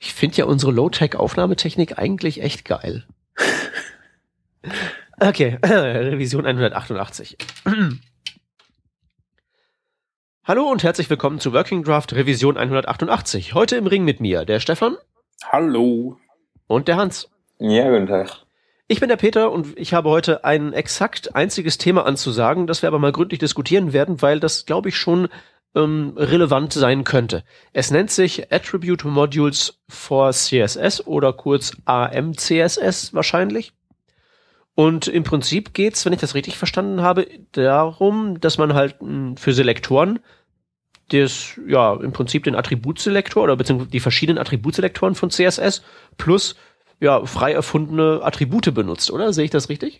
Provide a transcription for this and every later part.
Ich finde ja unsere Low-Tech-Aufnahmetechnik eigentlich echt geil. Okay, Revision 188. Hallo und herzlich willkommen zu Working Draft Revision 188. Heute im Ring mit mir der Stefan. Hallo. Und der Hans. Ja, guten Tag. Ich bin der Peter und ich habe heute ein exakt einziges Thema anzusagen, das wir aber mal gründlich diskutieren werden, weil das, glaube ich, schon relevant sein könnte. Es nennt sich Attribute Modules for CSS oder kurz AMCSS wahrscheinlich. Und im Prinzip geht's, wenn ich das richtig verstanden habe, darum, dass man halt für Selektoren im Prinzip den Attributselektor oder beziehungsweise die verschiedenen Attributselektoren von CSS plus frei erfundene Attribute benutzt, oder? Sehe ich das richtig?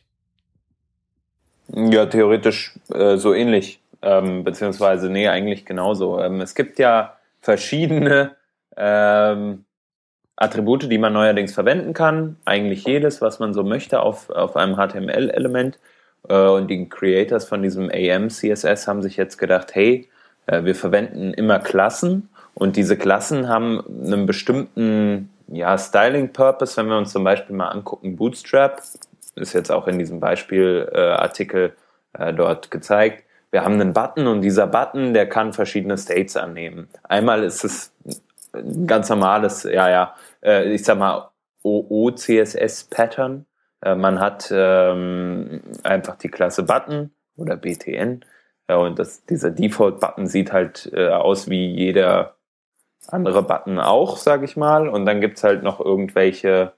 Ja, theoretisch so ähnlich. Beziehungsweise, nee, eigentlich genauso. Es gibt ja verschiedene Attribute, die man neuerdings verwenden kann. Eigentlich jedes, was man so möchte auf einem HTML-Element. Und die Creators von diesem AM-CSS haben sich jetzt gedacht, hey, wir verwenden immer Klassen. Und diese Klassen haben einen bestimmten Styling-Purpose. Wenn wir uns zum Beispiel mal angucken, Bootstrap, ist jetzt auch in diesem Beispielartikel dort gezeigt. Wir haben einen Button und dieser Button, der kann verschiedene States annehmen. Einmal ist es ein ganz normales, ich sag mal, OO-CSS-Pattern. Man hat einfach die Klasse Button oder BTN. Und dieser Default-Button sieht halt aus wie jeder andere Button auch, sage ich mal. Und dann gibt's halt noch irgendwelche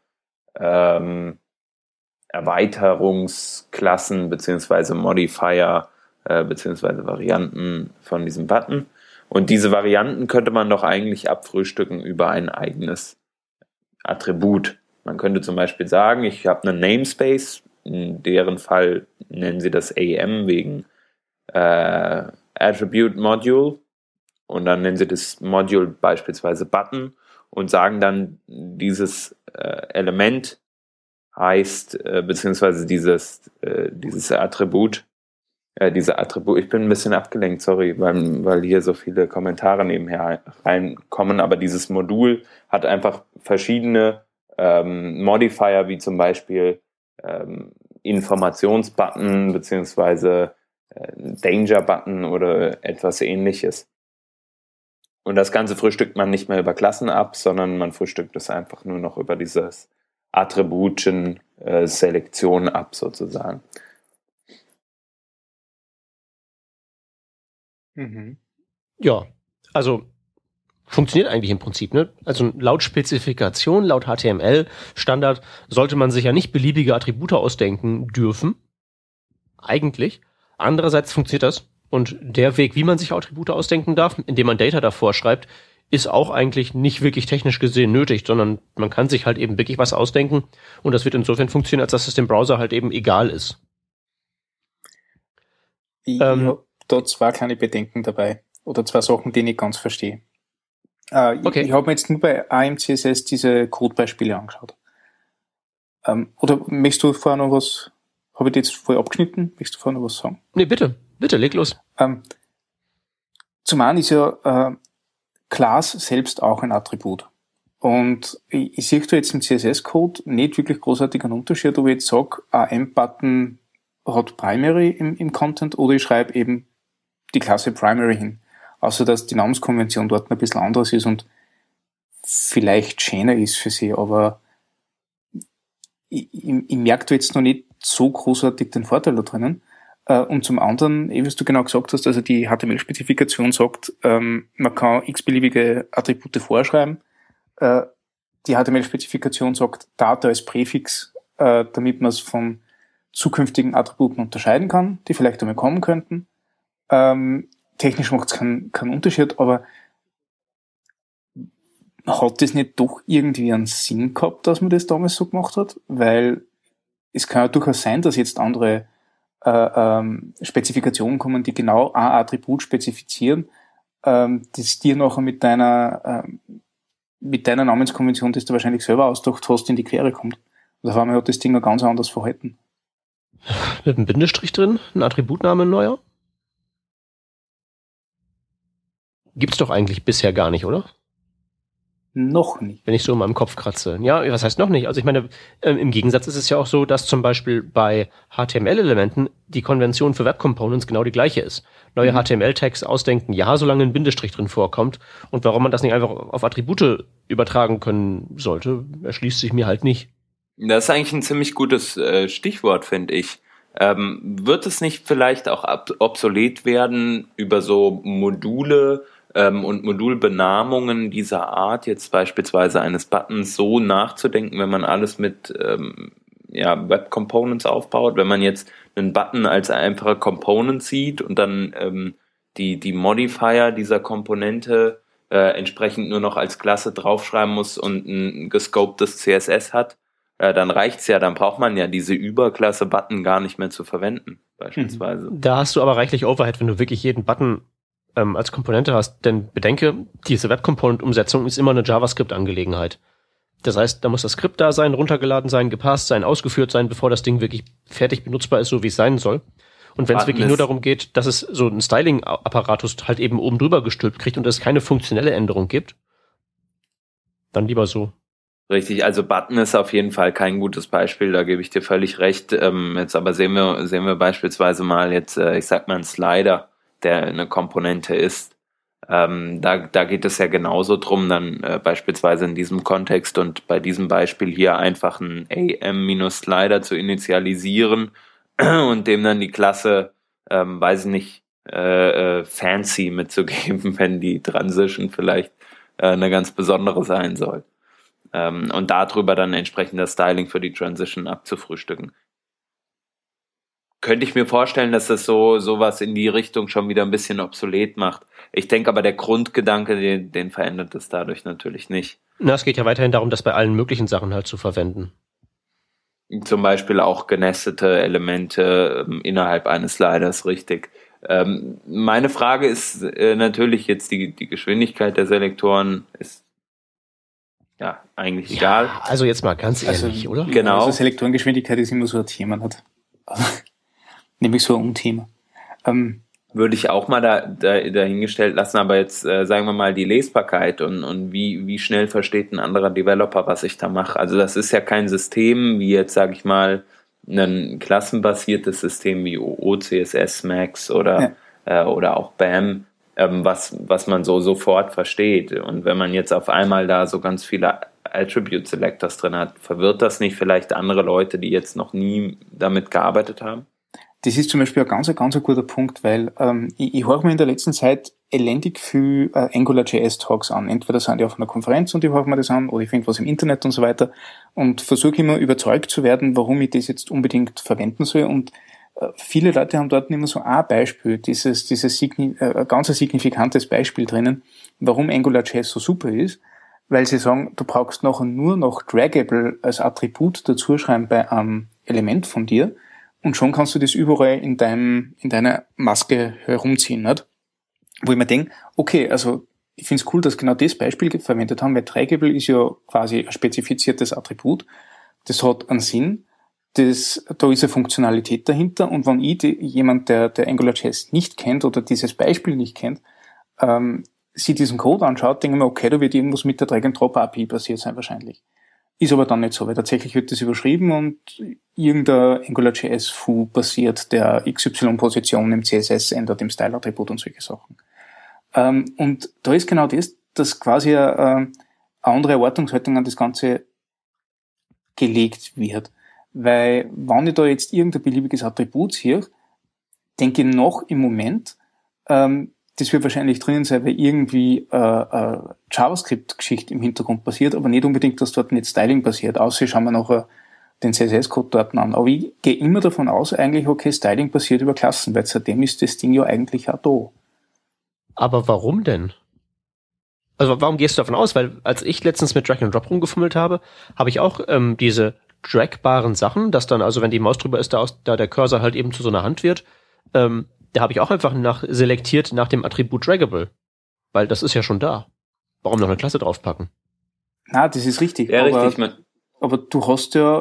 Erweiterungsklassen beziehungsweise Modifier beziehungsweise Varianten von diesem Button. Und diese Varianten könnte man doch eigentlich abfrühstücken über ein eigenes Attribut. Man könnte zum Beispiel sagen, ich habe einen Namespace, in deren Fall nennen sie das AM wegen Attribute Module und dann nennen sie das Module beispielsweise Button und sagen dann, dieses Element heißt, beziehungsweise dieses Attribut, ich bin ein bisschen abgelenkt, sorry, weil hier so viele Kommentare nebenher reinkommen, aber dieses Modul hat einfach verschiedene Modifier, wie zum Beispiel Informationsbutton beziehungsweise Danger-Button oder etwas ähnliches. Und das Ganze frühstückt man nicht mehr über Klassen ab, sondern man frühstückt es einfach nur noch über dieses Attributen-Selektion ab, sozusagen. Ja, also funktioniert eigentlich im Prinzip, ne? Also laut Spezifikation, laut HTML-Standard sollte man sich ja nicht beliebige Attribute ausdenken dürfen. Eigentlich. Andererseits funktioniert das. Und der Weg, wie man sich Attribute ausdenken darf, indem man Data davor schreibt, ist auch eigentlich nicht wirklich technisch gesehen nötig, sondern man kann sich halt eben wirklich was ausdenken und das wird insofern funktionieren, als dass es dem Browser halt eben egal ist. Ich habe da zwei kleine Bedenken dabei oder zwei Sachen, die ich nicht ganz verstehe. Okay. Ich habe mir jetzt nur bei AMCSS diese Codebeispiele angeschaut. Oder möchtest du vorher noch was, habe ich die jetzt voll abgeschnitten? Möchtest du vorher noch was sagen? Nee, bitte, leg los. Zum einen ist ja Class selbst auch ein Attribut. Und ich sehe da jetzt im CSS-Code nicht wirklich großartig einen Unterschied, ob ich jetzt sage, AM-Button hat Primary im Content oder ich schreibe eben die Klasse Primary hin. Außer dass die Namenskonvention dort ein bisschen anders ist und vielleicht schöner ist für sie, aber ich merke da jetzt noch nicht so großartig den Vorteil da drinnen. Und zum anderen, wie du genau gesagt hast, also die HTML-Spezifikation sagt, man kann x-beliebige Attribute vorschreiben. Die HTML-Spezifikation sagt Data als Präfix, damit man es von zukünftigen Attributen unterscheiden kann, die vielleicht einmal kommen könnten. Technisch macht es keinen Unterschied, aber hat das nicht doch irgendwie einen Sinn gehabt, dass man das damals so gemacht hat? Weil es kann ja durchaus sein, dass jetzt andere Spezifikationen kommen, die genau ein Attribut spezifizieren, das dir nachher mit deiner Namenskonvention, das du wahrscheinlich selber ausgedacht hast, in die Quere kommt. Und auf einmal hat das Ding ein ganz anderes Verhalten. Mit einem Bindestrich drin? Ein Attributname neuer? Gibt's doch eigentlich bisher gar nicht, oder? Noch nicht. Wenn ich so in meinem Kopf kratze. Ja, was heißt noch nicht? Also ich meine, im Gegensatz ist es ja auch so, dass zum Beispiel bei HTML-Elementen die Konvention für Web Components genau die gleiche ist. Neue HTML-Tags ausdenken, ja, solange ein Bindestrich drin vorkommt. Und warum man das nicht einfach auf Attribute übertragen können sollte, erschließt sich mir halt nicht. Das ist eigentlich ein ziemlich gutes Stichwort, finde ich. Wird es nicht vielleicht auch obsolet werden, über so Module und Modulbenamungen dieser Art, jetzt beispielsweise eines Buttons, so nachzudenken, wenn man alles mit Web Components aufbaut? Wenn man jetzt einen Button als einfache Component sieht und dann die Modifier dieser Komponente entsprechend nur noch als Klasse draufschreiben muss und ein gescopedes CSS hat, dann reicht's ja, dann braucht man ja diese Überklasse-Button gar nicht mehr zu verwenden, beispielsweise. Da hast du aber reichlich Overhead, wenn du wirklich jeden Button als Komponente hast, denn bedenke, diese Web-Component-Umsetzung ist immer eine JavaScript-Angelegenheit. Das heißt, da muss das Skript da sein, runtergeladen sein, gepasst sein, ausgeführt sein, bevor das Ding wirklich fertig benutzbar ist, so wie es sein soll. Und wenn es wirklich nur darum geht, dass es so einen Styling-Apparatus halt eben oben drüber gestülpt kriegt und es keine funktionelle Änderung gibt, dann lieber so. Richtig, also Button ist auf jeden Fall kein gutes Beispiel, da gebe ich dir völlig recht. Jetzt aber sehen wir beispielsweise mal jetzt, ich sag mal einen Slider, der eine Komponente ist. Da geht es ja genauso drum, dann beispielsweise in diesem Kontext und bei diesem Beispiel hier einfach einen AM-Slider zu initialisieren und dem dann die Klasse, weiß ich nicht, fancy mitzugeben, wenn die Transition vielleicht eine ganz besondere sein soll. Und darüber dann entsprechend das Styling für die Transition abzufrühstücken. Könnte ich mir vorstellen, dass das sowas in die Richtung schon wieder ein bisschen obsolet macht. Ich denke aber, der Grundgedanke, den verändert es dadurch natürlich nicht. Na, es geht ja weiterhin darum, das bei allen möglichen Sachen halt zu verwenden. Zum Beispiel auch genestete Elemente innerhalb eines Sliders, richtig. Meine Frage ist natürlich jetzt, die Geschwindigkeit der Selektoren ist ja eigentlich egal. Also jetzt mal ganz ehrlich, oder? Genau. Also Selektorengeschwindigkeit ist immer so ein Thema, nicht? Nämlich so ein Unthema. Würde ich auch mal dahingestellt lassen, aber jetzt sagen wir mal die Lesbarkeit und wie schnell versteht ein anderer Developer, was ich da mache. Also das ist ja kein System wie jetzt, sage ich mal, ein klassenbasiertes System wie OCSS, Max oder auch BAM, was man so sofort versteht. Und wenn man jetzt auf einmal da so ganz viele Attribute Selectors drin hat, verwirrt das nicht vielleicht andere Leute, die jetzt noch nie damit gearbeitet haben? Das ist zum Beispiel ein ganz guter Punkt, weil ich höre mir in der letzten Zeit elendig viel AngularJS-Talks an. Entweder sind die auf einer Konferenz und ich höre mir das an, oder ich finde was im Internet und so weiter und versuche immer überzeugt zu werden, warum ich das jetzt unbedingt verwenden soll. Und viele Leute haben dort immer so ein Beispiel, dieses ganz signifikantes Beispiel drinnen, warum AngularJS so super ist, weil sie sagen, du brauchst nachher nur noch Draggable als Attribut dazuschreiben bei einem Element von dir, und schon kannst du das überall in deiner Maske herumziehen, nicht? Wo ich mir denke, okay, also ich finde es cool, dass genau das Beispiel verwendet haben, weil Draggable ist ja quasi ein spezifiziertes Attribut. Das hat einen Sinn, da ist eine Funktionalität dahinter, und wenn jemand, der AngularJS nicht kennt oder dieses Beispiel nicht kennt, sich diesen Code anschaut, denke ich mir, okay, da wird irgendwas mit der Drag-and-Drop-API passiert sein wahrscheinlich. Ist aber dann nicht so, weil tatsächlich wird das überschrieben und irgendein AngularJS-Foo passiert, der XY-Position im CSS ändert, im Style-Attribut und solche Sachen. Und da ist genau das, dass quasi eine andere Erwartungshaltung an das Ganze gelegt wird. Weil, wenn ich da jetzt irgendein beliebiges Attribut sehe, denke ich noch im Moment, das wird wahrscheinlich drinnen sein, weil irgendwie JavaScript-Geschichte im Hintergrund passiert, aber nicht unbedingt, dass dort nicht Styling passiert, außer schauen wir nachher den CSS-Code dort an. Aber ich gehe immer davon aus, eigentlich, okay, Styling passiert über Klassen, weil seitdem ist das Ding ja eigentlich auch da. Aber warum denn? Also warum gehst du davon aus? Weil als ich letztens mit Drag and Drop rumgefummelt habe, habe ich auch diese dragbaren Sachen, dass dann, also wenn die Maus drüber ist, da der Cursor halt eben zu so einer Hand wird, da habe ich auch einfach selektiert nach dem Attribut Draggable. Weil das ist ja schon da. Warum noch eine Klasse draufpacken? Na, das ist richtig. Ja, richtig. Aber du hast ja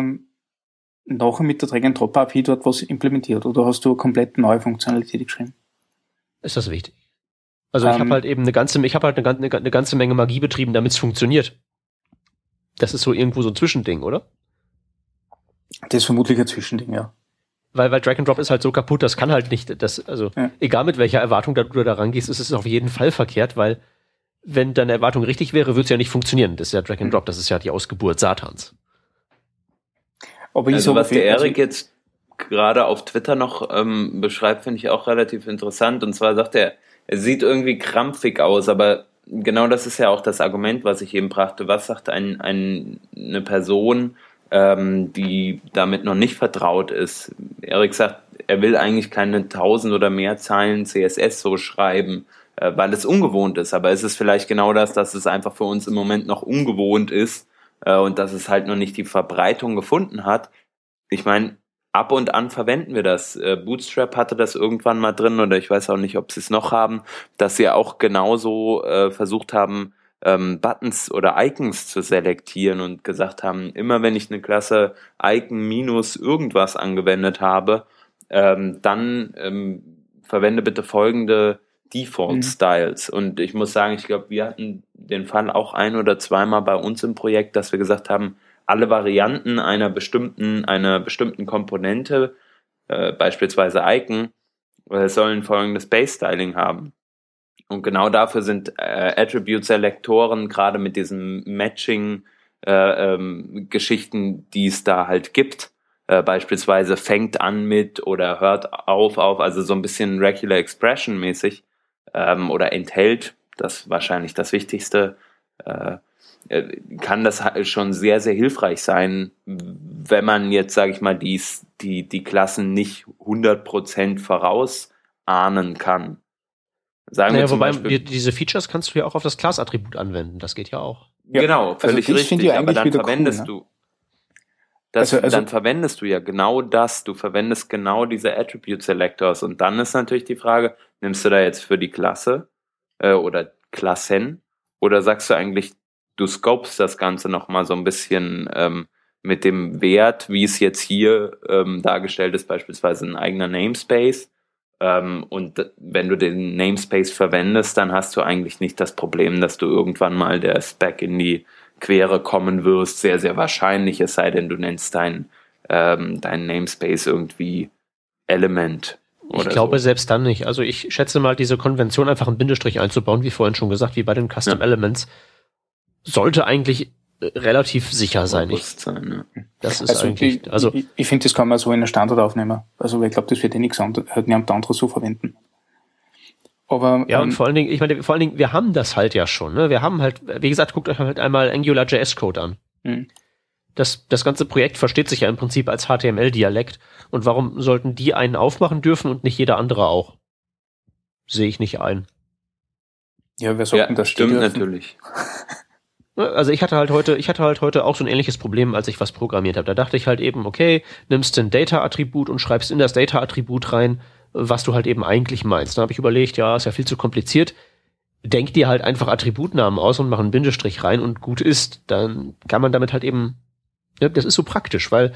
nachher mit der Drag-and-Drop-API dort was implementiert, oder hast du eine komplett neue Funktionalität geschrieben? Ist das wichtig? Also ich habe halt eben eine ganze Menge Magie betrieben, damit es funktioniert. Das ist so irgendwo so ein Zwischending, oder? Das ist vermutlich ein Zwischending, ja. Weil Drag and Drop ist halt so kaputt, das kann halt nicht, egal mit welcher Erwartung du da rangehst, ist es auf jeden Fall verkehrt, weil wenn deine Erwartung richtig wäre, würde es ja nicht funktionieren. Das ist ja Drag and Drop, das ist ja die Ausgeburt Satans. Aber also was der Erik jetzt gerade auf Twitter noch beschreibt, finde ich auch relativ interessant. Und zwar sagt er sieht irgendwie krampfig aus, aber genau das ist ja auch das Argument, was ich eben brachte. Was sagt eine Person, die damit noch nicht vertraut ist? Erik sagt, er will eigentlich keine 1000 oder mehr Zeilen CSS so schreiben, weil es ungewohnt ist. Aber es ist vielleicht genau das, dass es einfach für uns im Moment noch ungewohnt ist und dass es halt noch nicht die Verbreitung gefunden hat. Ich meine, ab und an verwenden wir das. Bootstrap hatte das irgendwann mal drin, oder ich weiß auch nicht, ob sie es noch haben, dass sie auch genauso versucht haben, Buttons oder Icons zu selektieren und gesagt haben, immer wenn ich eine Klasse Icon minus irgendwas angewendet habe, dann verwende bitte folgende Default Styles. Und ich muss sagen, ich glaube, wir hatten den Fall auch ein- oder zweimal bei uns im Projekt, dass wir gesagt haben, alle Varianten einer bestimmten Komponente, beispielsweise Icon, sollen folgendes Base-Styling haben. Und genau dafür sind Attribute-Selektoren, gerade mit diesen Matching-Geschichten, die es da halt gibt, beispielsweise fängt an mit oder hört auf, also so ein bisschen Regular Expression-mäßig, oder enthält, das wahrscheinlich das Wichtigste, kann das schon sehr, sehr hilfreich sein, wenn man jetzt, sage ich mal, die Klassen nicht 100% vorausahnen kann. Sagen wir zum Beispiel, diese Features kannst du ja auch auf das Class-Attribut anwenden, das geht ja auch. Ja, genau, völlig richtig, aber dann verwendest cool, ne? Dann verwendest du ja genau das, du verwendest genau diese Attribute Selectors und dann ist natürlich die Frage, nimmst du da jetzt für die Klasse oder Klassen oder sagst du eigentlich, du scopest das Ganze nochmal so ein bisschen mit dem Wert, wie es jetzt hier dargestellt ist, beispielsweise ein eigener Namespace. Und wenn du den Namespace verwendest, dann hast du eigentlich nicht das Problem, dass du irgendwann mal der Spec in die Quere kommen wirst. Sehr, sehr wahrscheinlich, es sei denn, du nennst dein Namespace irgendwie Element. Ich glaube selbst dann nicht. Also ich schätze mal, diese Konvention einfach einen Bindestrich einzubauen, wie vorhin schon gesagt, wie bei den Custom Elements, sollte eigentlich relativ sicher sein. Das ist eigentlich, ich finde, das kann man so in den Standard aufnehmen. Also ich glaube, das wird nichts anderes so verwenden. Aber ja, und vor allen Dingen, wir haben das halt ja schon. Ne? Wir haben halt, wie gesagt, guckt euch halt einmal AngularJS-Code an. Das ganze Projekt versteht sich ja im Prinzip als HTML-Dialekt. Und warum sollten die einen aufmachen dürfen und nicht jeder andere auch? Sehe ich nicht ein. Ja, wer sollten das stimmt natürlich. Also ich hatte halt heute auch so ein ähnliches Problem, als ich was programmiert habe. Da dachte ich halt eben, okay, nimmst ein Data-Attribut und schreibst in das Data-Attribut rein, was du halt eben eigentlich meinst. Da habe ich überlegt, ja, ist ja viel zu kompliziert. Denk dir halt einfach Attributnamen aus und mach einen Bindestrich rein und gut ist. Dann kann man damit halt eben, ja, das ist so praktisch, weil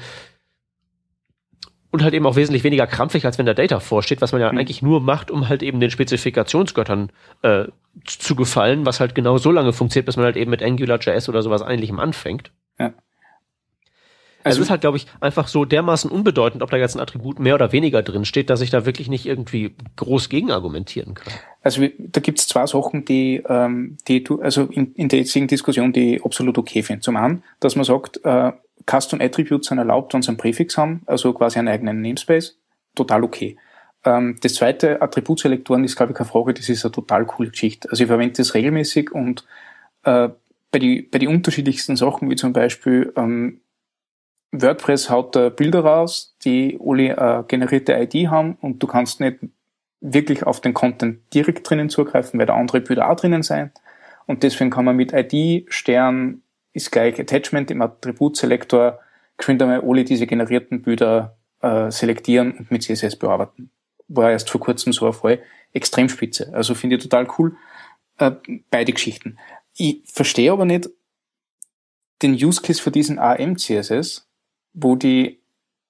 und halt eben auch wesentlich weniger krampfig, als wenn da Data vorsteht, was man ja eigentlich nur macht, um halt eben den Spezifikationsgöttern zu gefallen, was halt genau so lange funktioniert, bis man halt eben mit AngularJS oder sowas Ähnlichem anfängt. Ja. Also es ist halt, glaube ich, einfach so dermaßen unbedeutend, ob da jetzt ein Attribut mehr oder weniger drin steht, dass ich da wirklich nicht irgendwie groß gegen argumentieren kann. Also da gibt's zwei Sachen, die du, also in der jetzigen Diskussion, die ich absolut okay finde. Zum einen, dass man sagt, Custom Attributes sind erlaubt, wenn sie einen Präfix haben, also quasi einen eigenen Namespace. Total okay. Das zweite, Attributselektoren ist, glaube ich, keine Frage, das ist eine total coole Geschichte. Also ich verwende das regelmäßig und bei die unterschiedlichsten Sachen, wie zum Beispiel WordPress haut da Bilder raus, die alle generierte ID haben und du kannst nicht wirklich auf den Content direkt drinnen zugreifen, weil da andere Bilder auch drinnen sein. Und deswegen kann man mit ID, Stern, ist gleich Attachment im Attributselektor, könnt ihr mal alle diese generierten Bilder selektieren und mit CSS bearbeiten. War erst vor kurzem so ein Fall. Extrem spitze. Also finde ich total cool. Beide Geschichten. Ich verstehe aber nicht den Use Case für diesen AM-CSS, wo die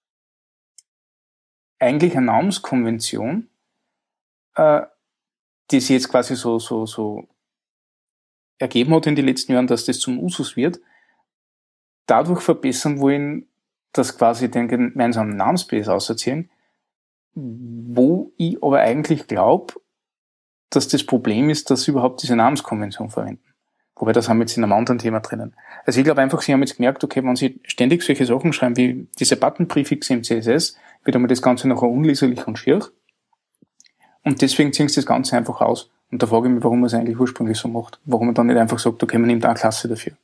eigentlich eine Namenskonvention die sich jetzt quasi so ergeben hat in den letzten Jahren, dass das zum Usus wird, dadurch verbessern wollen, dass quasi den gemeinsamen Namenspace auserziehen, wo ich aber eigentlich glaube, dass das Problem ist, dass sie überhaupt diese Namenskonvention verwenden. Wobei, das haben wir jetzt in einem anderen Thema drinnen. Also ich glaube einfach, sie haben jetzt gemerkt, okay, wenn sie ständig solche Sachen schreiben wie diese Button-Präfixe im CSS, wird einmal das Ganze nachher unleserlich und schier. Und deswegen ziehen sie das Ganze einfach aus. Und da frage ich mich, warum man es eigentlich ursprünglich so macht. Warum man dann nicht einfach sagt, okay, man nimmt eine Klasse dafür.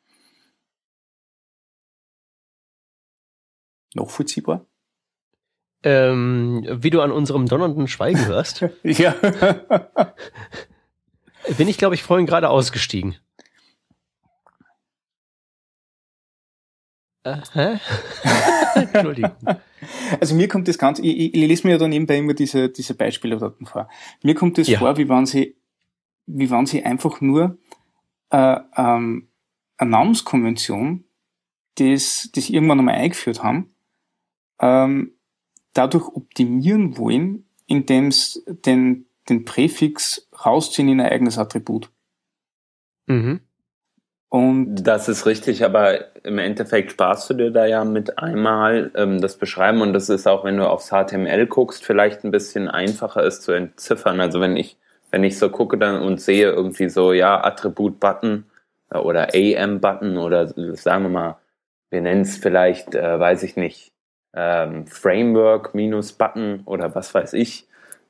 Nachvollziehbar? Wie du an unserem donnernden Schweigen hörst, Ja. bin ich, glaube ich, vorhin gerade ausgestiegen. Hä? Entschuldigung. Also mir kommt das Ganze, ich lese mir ja dann nebenbei immer diese Beispiele dort vor. Mir kommt das vor, wie wenn sie einfach nur eine Namenskonvention, das irgendwann einmal eingeführt haben, dadurch optimieren wollen, indem sie den Präfix rausziehen in ein eigenes Attribut. Mhm. Und das ist richtig, aber im Endeffekt sparst du dir da ja mit einmal das Beschreiben, und das ist auch, wenn du aufs HTML guckst, vielleicht ein bisschen einfacher ist zu entziffern. Also wenn ich so gucke dann und sehe irgendwie so, ja, Attribut-Button oder AM-Button oder sagen wir mal, wir nennen es vielleicht, weiß ich nicht, Framework-Button oder was weiß ich,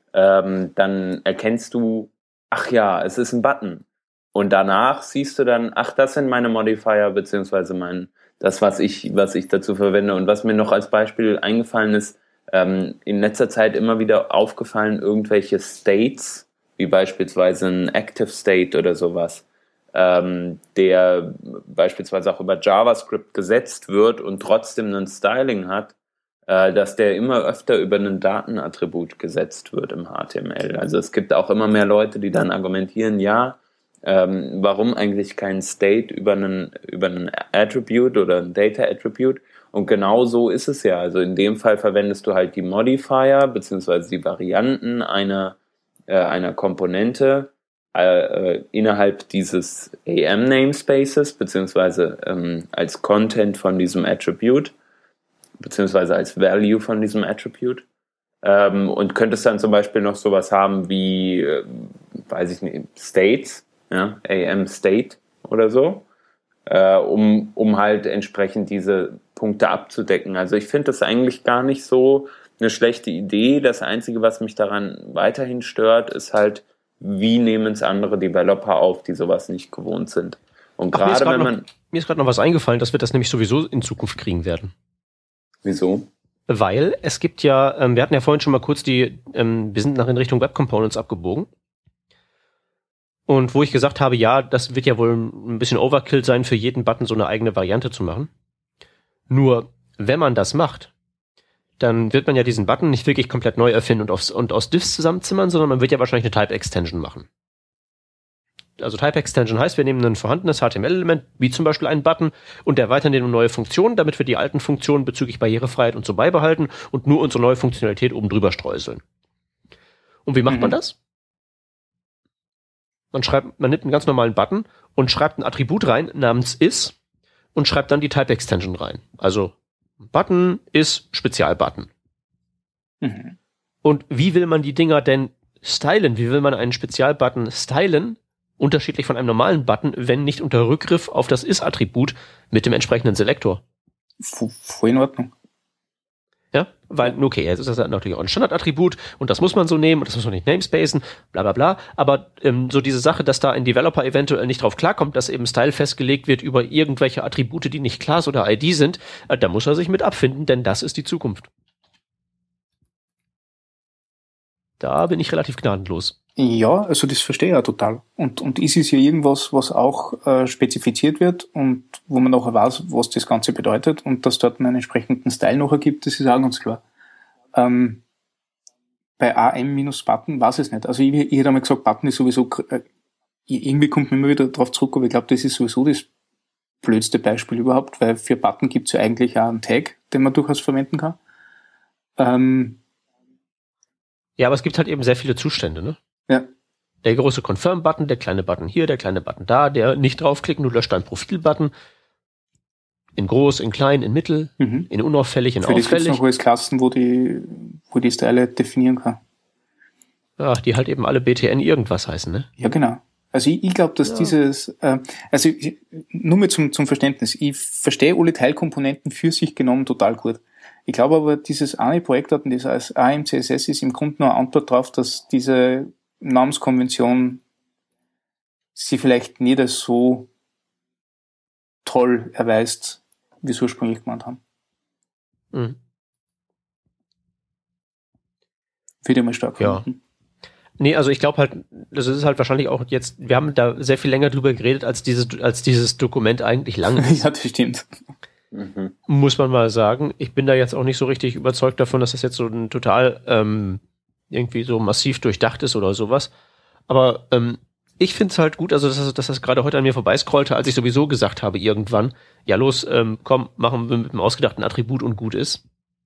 dann erkennst du, ach ja, es ist ein Button. Und danach siehst du dann, ach, das sind meine Modifier, beziehungsweise das, was ich dazu verwende. Und was mir noch als Beispiel eingefallen ist, in letzter Zeit immer wieder aufgefallen, irgendwelche States, wie beispielsweise ein Active State oder sowas, der beispielsweise auch über JavaScript gesetzt wird und trotzdem ein Styling hat, dass der immer öfter über ein Datenattribut gesetzt wird im HTML. Also es gibt auch immer mehr Leute, die dann argumentieren, ja, warum eigentlich kein State über einen Attribute oder ein Data Attribute? Und genau so ist es ja. Also in dem Fall verwendest du halt die Modifier beziehungsweise die Varianten einer Komponente innerhalb dieses AM-Namespaces beziehungsweise als Content von diesem Attribute beziehungsweise als Value von diesem Attribute. Und könntest dann zum Beispiel noch sowas haben wie, weiß ich nicht, States, ja, AM State oder so, um halt entsprechend diese Punkte abzudecken. Also ich finde das eigentlich gar nicht so eine schlechte Idee. Das Einzige, was mich daran weiterhin stört, ist halt, wie nehmen es andere Developer auf, die sowas nicht gewohnt sind. Und gerade wenn man... Mir ist gerade noch was eingefallen, dass wir das nämlich sowieso in Zukunft kriegen werden. Wieso? Weil es gibt ja, wir hatten ja vorhin schon mal kurz wir sind nach in Richtung Web Components abgebogen. Und wo ich gesagt habe, ja, das wird ja wohl ein bisschen Overkill sein, für jeden Button so eine eigene Variante zu machen. Nur, wenn man das macht, dann wird man ja diesen Button nicht wirklich komplett neu erfinden und aus Diffs zusammenzimmern, sondern man wird ja wahrscheinlich eine Type-Extension machen. Also Type-Extension heißt, wir nehmen ein vorhandenes HTML-Element, wie zum Beispiel einen Button, und erweitern den um neue Funktionen, damit wir die alten Funktionen bezüglich Barrierefreiheit und so beibehalten und nur unsere neue Funktionalität oben drüber streuseln. Und wie macht man das? Man nimmt einen ganz normalen Button und schreibt ein Attribut rein namens is und schreibt dann die Type-Extension rein. Also Button is Spezialbutton. Mhm. Und wie will man die Dinger denn stylen? Wie will man einen Spezialbutton stylen? Unterschiedlich von einem normalen Button, wenn nicht unter Rückgriff auf das is-Attribut mit dem entsprechenden Selektor. Voll in Ordnung. Ja, weil, okay, jetzt ist das natürlich auch ein Standardattribut und das muss man so nehmen und das muss man nicht namespacen, bla bla bla, aber so diese Sache, dass da ein Developer eventuell nicht drauf klarkommt, dass eben Style festgelegt wird über irgendwelche Attribute, die nicht Class oder ID sind, da muss er sich mit abfinden, denn das ist die Zukunft. Da bin ich relativ gnadenlos. Ja, also das verstehe ich ja total. Und ist es ja irgendwas, was auch spezifiziert wird und wo man nachher weiß, was das Ganze bedeutet und dass dort einen entsprechenden Style nachher gibt, das ist auch ganz klar. Bei AM-Button weiß ich es nicht. Also ich hätte einmal gesagt, Button ist sowieso, irgendwie kommt man immer wieder drauf zurück, aber ich glaube, das ist sowieso das blödste Beispiel überhaupt, weil für Button gibt es ja eigentlich auch einen Tag, den man durchaus verwenden kann. Ja, aber es gibt halt eben sehr viele Zustände, ne? Ja. Der große Confirm-Button, der kleine Button hier, der kleine Button da, der nicht draufklicken, du löscht dein Profil-Button. In groß, in klein, in mittel, in unauffällig, in auffällig. Für das gibt es noch alles Klassen, wo die Style definieren kann. Ja, die halt eben alle BTN irgendwas heißen, ne? Ja, genau. Also ich glaube, dass dieses, nur mal zum Verständnis, ich verstehe alle Teilkomponenten für sich genommen total gut. Ich glaube aber, dieses eine Projektdaten, das als AMCSS ist im Grunde nur eine Antwort darauf, dass diese Namenskonvention sie vielleicht nicht als so toll erweist, wie sie ursprünglich gemeint haben. Mhm. Würde ich mal stark vermuten. Nee, also ich glaube halt, das ist halt wahrscheinlich auch jetzt, wir haben da sehr viel länger drüber geredet, als dieses Dokument eigentlich lang ist. Ja, das stimmt. Muss man mal sagen. Ich bin da jetzt auch nicht so richtig überzeugt davon, dass das jetzt so ein total irgendwie so massiv durchdacht ist oder sowas. Aber ich finde es halt gut, also dass das gerade heute an mir vorbeiscrollte, als ich sowieso gesagt habe irgendwann, ja los, komm, machen wir mit einem ausgedachten Attribut und gut ist.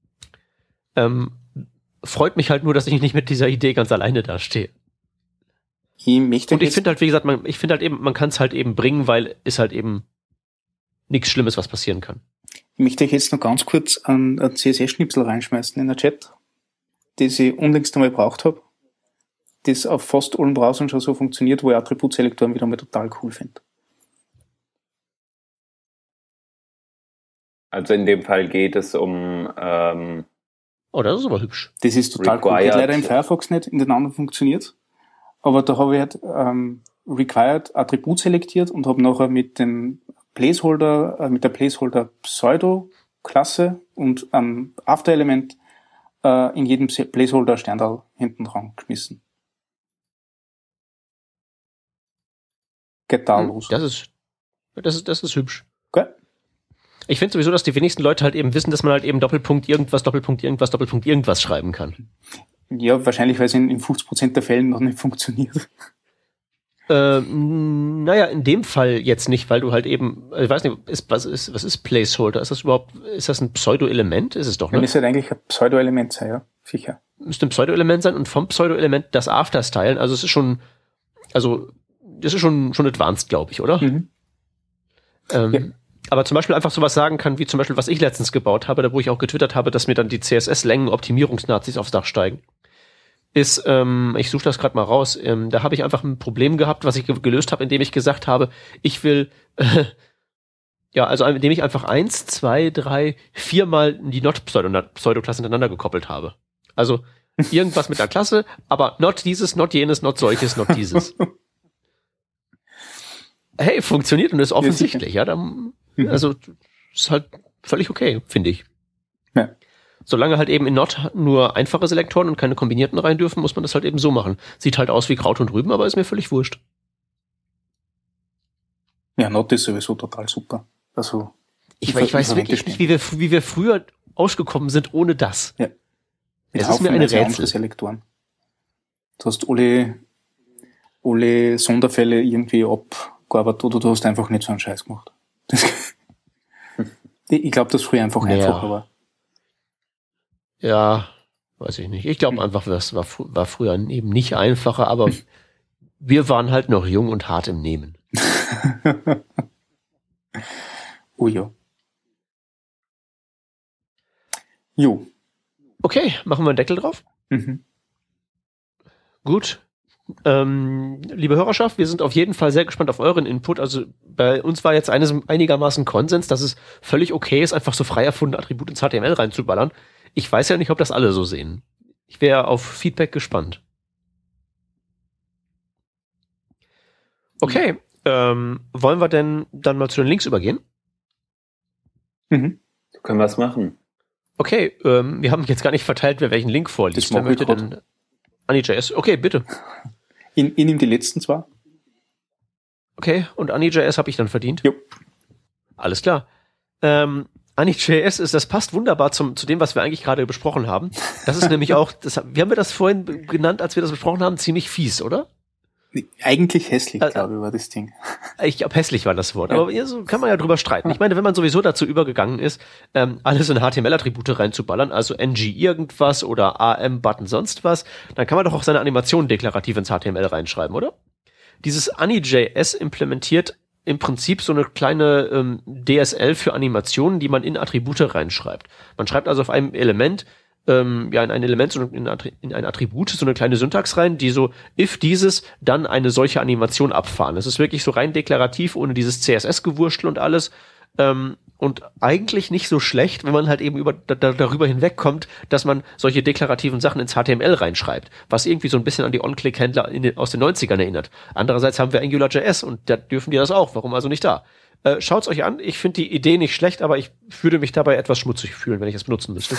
Freut mich halt nur, dass ich nicht mit dieser Idee ganz alleine dastehe. Und ich finde halt, wie gesagt, man kann es halt eben bringen, weil es halt eben nichts Schlimmes, was passieren kann. Ich möchte euch jetzt noch ganz kurz ein CSS-Schnipsel reinschmeißen in den Chat, das ich unlängst einmal gebraucht habe, das auf fast allen Browsern schon so funktioniert, wo ich Attributselektoren wieder mal total cool finde. Also in dem Fall geht es um oh, das ist aber hübsch. Das ist total cool. Geht leider im Firefox nicht, in den anderen funktioniert. Aber da habe ich halt required Attribut selektiert und habe nachher mit dem Placeholder, mit der Placeholder Pseudo-Klasse und After-Element in jedem Placeholder Sterndal hinten dran geschmissen. Geht da los. Das ist hübsch. Okay. Ich finde sowieso, dass die wenigsten Leute halt eben wissen, dass man halt eben Doppelpunkt irgendwas, Doppelpunkt irgendwas, Doppelpunkt irgendwas schreiben kann. Ja, wahrscheinlich, weil es in 50% der Fällen noch nicht funktioniert. Naja, in dem Fall jetzt nicht, weil du halt eben, ich weiß nicht, was ist Placeholder? Ist das ein Pseudo-Element? Ist es doch, ne? Dann ist halt eigentlich ein Pseudo-Element sein, ja, sicher. Müsste ein Pseudo-Element sein und vom Pseudo-Element das After-Stylen, also das ist schon advanced, glaube ich, oder? Mhm. Ja. Aber zum Beispiel einfach sowas sagen kann, wie zum Beispiel, was ich letztens gebaut habe, da wo ich auch getwittert habe, dass mir dann die CSS-Längen-Optimierungsnazis aufs Dach steigen, ist, ich suche das gerade mal raus, da habe ich einfach ein Problem gehabt, was ich gelöst habe, indem ich gesagt habe, ich will, indem ich einfach 1, 2, 3, 4 Mal die Not-Pseudo-Klasse hintereinander gekoppelt habe. Also irgendwas mit der Klasse, aber not dieses, not jenes, not solches, not dieses. Hey, funktioniert und ist offensichtlich, ja, also ist halt völlig okay, finde ich. Ja. Solange halt eben in Not nur einfache Selektoren und keine kombinierten rein dürfen, muss man das halt eben so machen. Sieht halt aus wie Kraut und Rüben, aber ist mir völlig wurscht. Ja, Not ist sowieso total super. Also ich weiß wirklich nicht, wie wir früher ausgekommen sind ohne das. Ja. Es ist mir eine Rätsel. Selektoren. Du hast alle Sonderfälle irgendwie abgearbeitet oder du hast einfach nicht so einen Scheiß gemacht. Ich glaube, dass früher einfach einfacher war. Ja, weiß ich nicht. Ich glaube einfach, das war früher eben nicht einfacher, aber wir waren halt noch jung und hart im Nehmen. Oh ja. Jo. Okay, machen wir einen Deckel drauf? Mhm. Gut. Liebe Hörerschaft, wir sind auf jeden Fall sehr gespannt auf euren Input. Also bei uns war jetzt einigermaßen Konsens, dass es völlig okay ist, einfach so frei erfundene Attribute ins HTML reinzuballern. Ich weiß ja nicht, ob das alle so sehen. Ich wäre auf Feedback gespannt. Okay, wollen wir denn dann mal zu den Links übergehen? Mhm. So können wir es machen. Okay, wir haben jetzt gar nicht verteilt, wer welchen Link vorliest. Wer möchte denn? AniJS, okay, bitte. Ich nehme die letzten zwei. Okay, und AniJS habe ich dann verdient? Jo. Alles klar. AniJS das passt wunderbar zu dem, was wir eigentlich gerade besprochen haben. Das ist nämlich auch, wie haben wir das vorhin genannt, als wir das besprochen haben? Ziemlich fies, oder? Eigentlich hässlich, glaube ich, war das Ding. Ich glaube, hässlich war das Wort. Aber so kann man ja drüber streiten. Ich meine, wenn man sowieso dazu übergegangen ist, alles in HTML-Attribute reinzuballern, also ng irgendwas oder am-Button sonst was, dann kann man doch auch seine Animationen deklarativ ins HTML reinschreiben, oder? Dieses AnyJS implementiert im Prinzip so eine kleine DSL für Animationen, die man in Attribute reinschreibt. Man schreibt also auf einem Element in ein Element, in ein Attribut so eine kleine Syntax rein, die so, if dieses, dann eine solche Animation abfahren. Das ist wirklich so rein deklarativ, ohne dieses CSS-Gewurschtel und alles. Und eigentlich nicht so schlecht, wenn man halt eben darüber hinwegkommt, dass man solche deklarativen Sachen ins HTML reinschreibt, was irgendwie so ein bisschen an die On-Click-Händler aus den 90ern erinnert. Andererseits haben wir AngularJS und da dürfen die das auch. Warum also nicht da? Schaut's euch an. Ich finde die Idee nicht schlecht, aber ich würde mich dabei etwas schmutzig fühlen, wenn ich es benutzen müsste.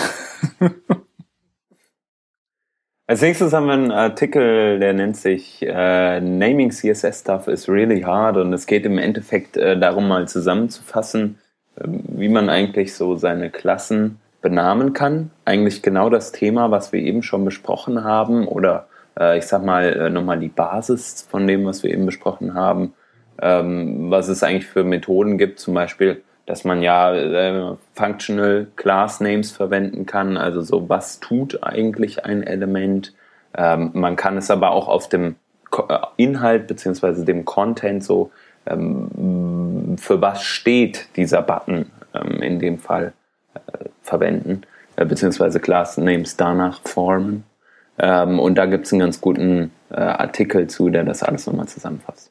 Als nächstes haben wir einen Artikel, der nennt sich Naming CSS Stuff is really hard, und es geht im Endeffekt darum, mal zusammenzufassen, wie man eigentlich so seine Klassen benamen kann. Eigentlich genau das Thema, was wir eben schon besprochen haben, oder ich sag mal nochmal die Basis von dem, was wir eben besprochen haben. Was es eigentlich für Methoden gibt, zum Beispiel, dass man ja Functional Class Names verwenden kann, also so, was tut eigentlich ein Element. Man kann es aber auch auf dem Inhalt bzw. dem Content so, für was steht dieser Button in dem Fall verwenden, beziehungsweise Class Names danach formen. Und da gibt es einen ganz guten Artikel zu, der das alles nochmal zusammenfasst.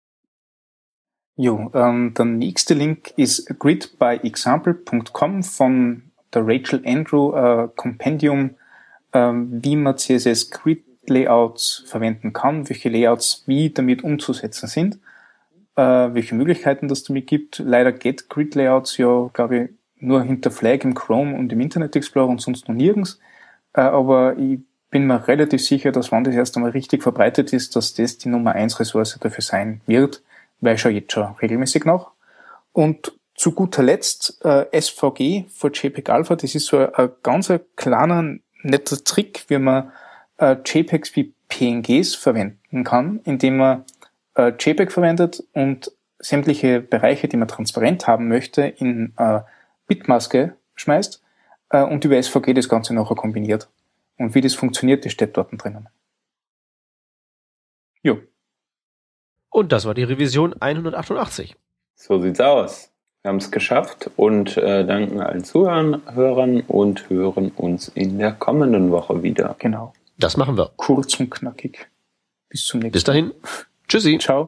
Jo, der nächste Link ist gridbyexample.com von der Rachel Andrew, Kompendium, wie man CSS Grid Layouts verwenden kann, welche Layouts wie damit umzusetzen sind, welche Möglichkeiten das damit gibt. Leider geht Grid Layouts ja, glaube ich, nur hinter Flag im Chrome und im Internet Explorer und sonst noch nirgends. Aber ich bin mir relativ sicher, dass wenn das erst einmal richtig verbreitet ist, dass das die Nummer 1 Ressource dafür sein wird, weil ich schaue jetzt schon regelmäßig nach. Und zu guter Letzt SVG für JPEG Alpha. Das ist so ein ganz kleiner, netter Trick, wie man JPEGs wie PNGs verwenden kann, indem man JPEG verwendet und sämtliche Bereiche, die man transparent haben möchte, in Bitmaske schmeißt und über SVG das Ganze nachher kombiniert. Und wie das funktioniert, das steht dort drinnen. Jo. Und das war die Revision 188. So sieht's aus. Wir haben es geschafft und danken allen Zuhörern und hören uns in der kommenden Woche wieder. Genau. Das machen wir. Kurz und knackig. Bis zum nächsten Mal. Bis dahin. Tschüssi. Ciao.